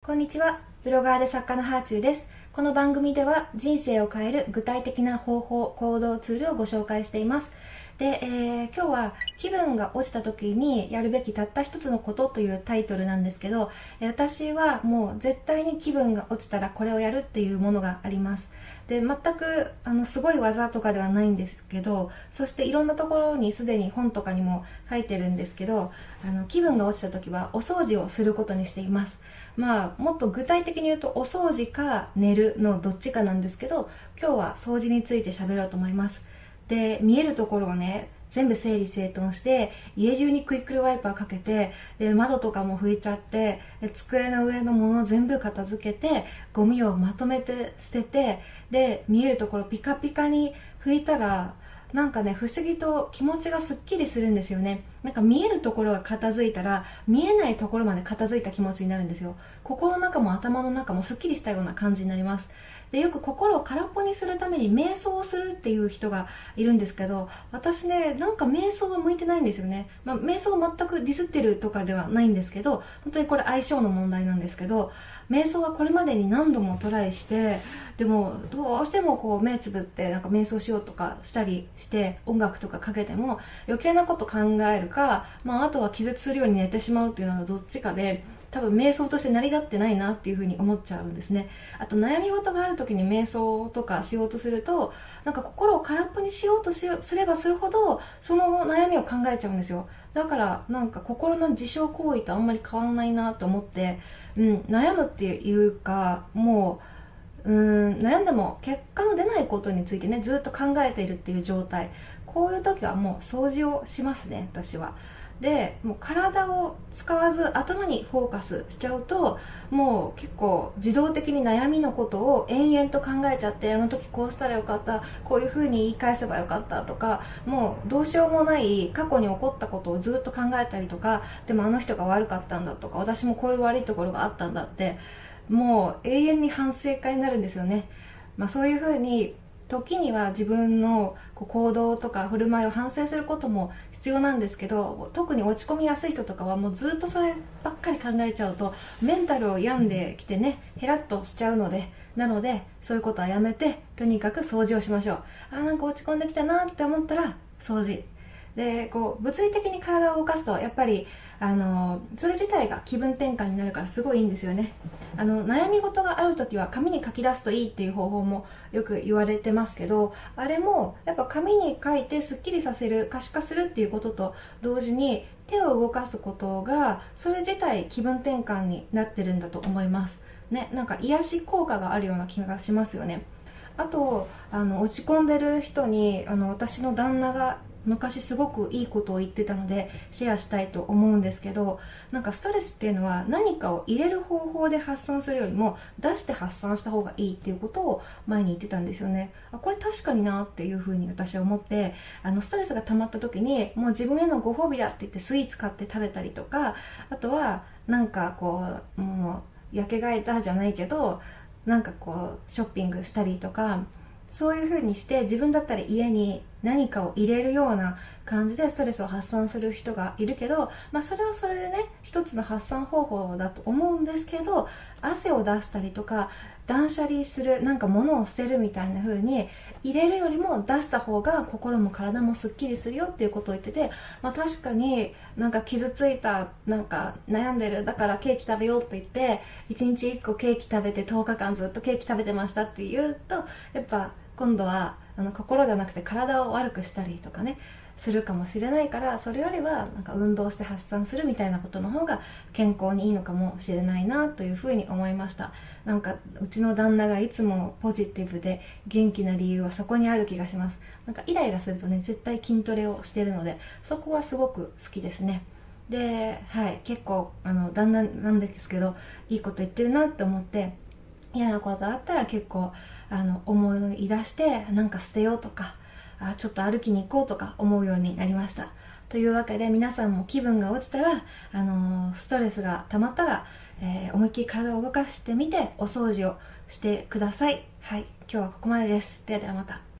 こんにちは。ブロガーで作家のハーチューです。この番組では人生を変える具体的な方法、行動ツールをご紹介しています。で、今日は気分が落ちた時にやるべきたった一つのことというタイトルなんですけど、私はもう絶対に気分が落ちたらこれをやるっていうものがあります。で、全くすごい技とかではないんですけど、そしていろんなところにすでに本とかにも書いてるんですけど、気分が落ちた時はお掃除をすることにしています。もっと具体的に言うとお掃除か寝るのどっちかなんですけど、今日は掃除について喋ろうと思います。で、見えるところをね、全部整理整頓して、家中にクイックルワイパーかけて、で、窓とかも拭いちゃって、机の上のもの全部片付けて、ゴミをまとめて捨てて、で、見えるところピカピカに拭いたら、なんかね、不思議と気持ちがすっきりするんですよね。なんか見えるところが片付いたら、見えないところまで片付いた気持ちになるんですよ。心の中も頭の中もすっきりしたような感じになります。で、よく心を空っぽにするために瞑想をするっていう人がいるんですけど、私ね、なんか瞑想は向いてないんですよね。瞑想を全くディスってるとかではないんですけど、本当にこれ相性の問題なんですけど、瞑想はこれまでに何度もトライして、でもどうしてもこう目つぶってなんか瞑想しようとかしたりして音楽とかかけても余計なこと考えるか、あとは気絶するように寝てしまうっていうのはどっちかで、多分瞑想として成り立ってないなっていうふうに思っちゃうんですね。あと悩み事がある時に瞑想とかしようとすると、なんか心を空っぽにしようとすればするほどその悩みを考えちゃうんですよ。だからなんか心の自傷行為とあんまり変わんないなと思って、悩むっていうか、もう悩んでも結果の出ないことについてね、ずっと考えているっていう状態。こういう時はもう掃除をしますね、私は。で、もう体を使わず頭にフォーカスしちゃうと、もう結構自動的に悩みのことを延々と考えちゃって、あの時こうしたらよかった、こういう風に言い返せばよかったとか、もうどうしようもない過去に起こったことをずっと考えたりとか、でもあの人が悪かったんだとか、私もこういう悪いところがあったんだって、もう永遠に反省会になるんですよね。そういう風に時には自分の行動とか振る舞いを反省することも必要なんですけど、特に落ち込みやすい人とかはもうずっとそればっかり考えちゃうとメンタルを病んできてね、ヘラッとしちゃうので、なのでそういうことはやめて、とにかく掃除をしましょう。なんか落ち込んできたなって思ったら掃除で、物理的に体を動かすとやっぱりそれ自体が気分転換になるからすごいいいんですよね。悩み事がある時は紙に書き出すといいっていう方法もよく言われてますけど、あれもやっぱ紙に書いてスッキリさせる、可視化するっていうことと同時に手を動かすことがそれ自体気分転換になってるんだと思いますね。なんか癒し効果があるような気がしますよね。あと落ち込んでる人に私の旦那が昔すごくいいことを言ってたのでシェアしたいと思うんですけど、なんかストレスっていうのは何かを入れる方法で発散するよりも出して発散した方がいいっていうことを前に言ってたんですよね。これ確かになっていうふうに私は思って、ストレスが溜まった時にもう自分へのご褒美だって言ってスイーツ買って食べたりとか、あとはなんかもう焼けがえたじゃないけど、なんかショッピングしたりとか、そういう風にして自分だったら家に何かを入れるような感じでストレスを発散する人がいるけど、それはそれでね、一つの発散方法だと思うんですけど、汗を出したりとか断捨離する、なんか物を捨てるみたいな風に入れるよりも出した方が心も体もすっきりするよっていうことを言ってて、確かになんか傷ついた、なんか悩んでる、だからケーキ食べようって言って1日1個ケーキ食べて10日間ずっとケーキ食べてましたって言うと、やっぱ今度は心じゃなくて体を悪くしたりとかねするかもしれないから、それよりはなんか運動して発散するみたいなことの方が健康にいいのかもしれないなというふうに思いました。なんかうちの旦那がいつもポジティブで元気な理由はそこにある気がします。なんかイライラするとね、絶対筋トレをしているので、そこはすごく好きですね。で、結構旦那なんですけどいいこと言ってるなって思って、嫌なことあったら結構思い出してなんか捨てようとか、ちょっと歩きに行こうとか思うようになりました。というわけで皆さんも気分が落ちたらストレスが溜まったら、思いっきり体を動かしてみてお掃除をしてください。今日はここまでです。ではではまた。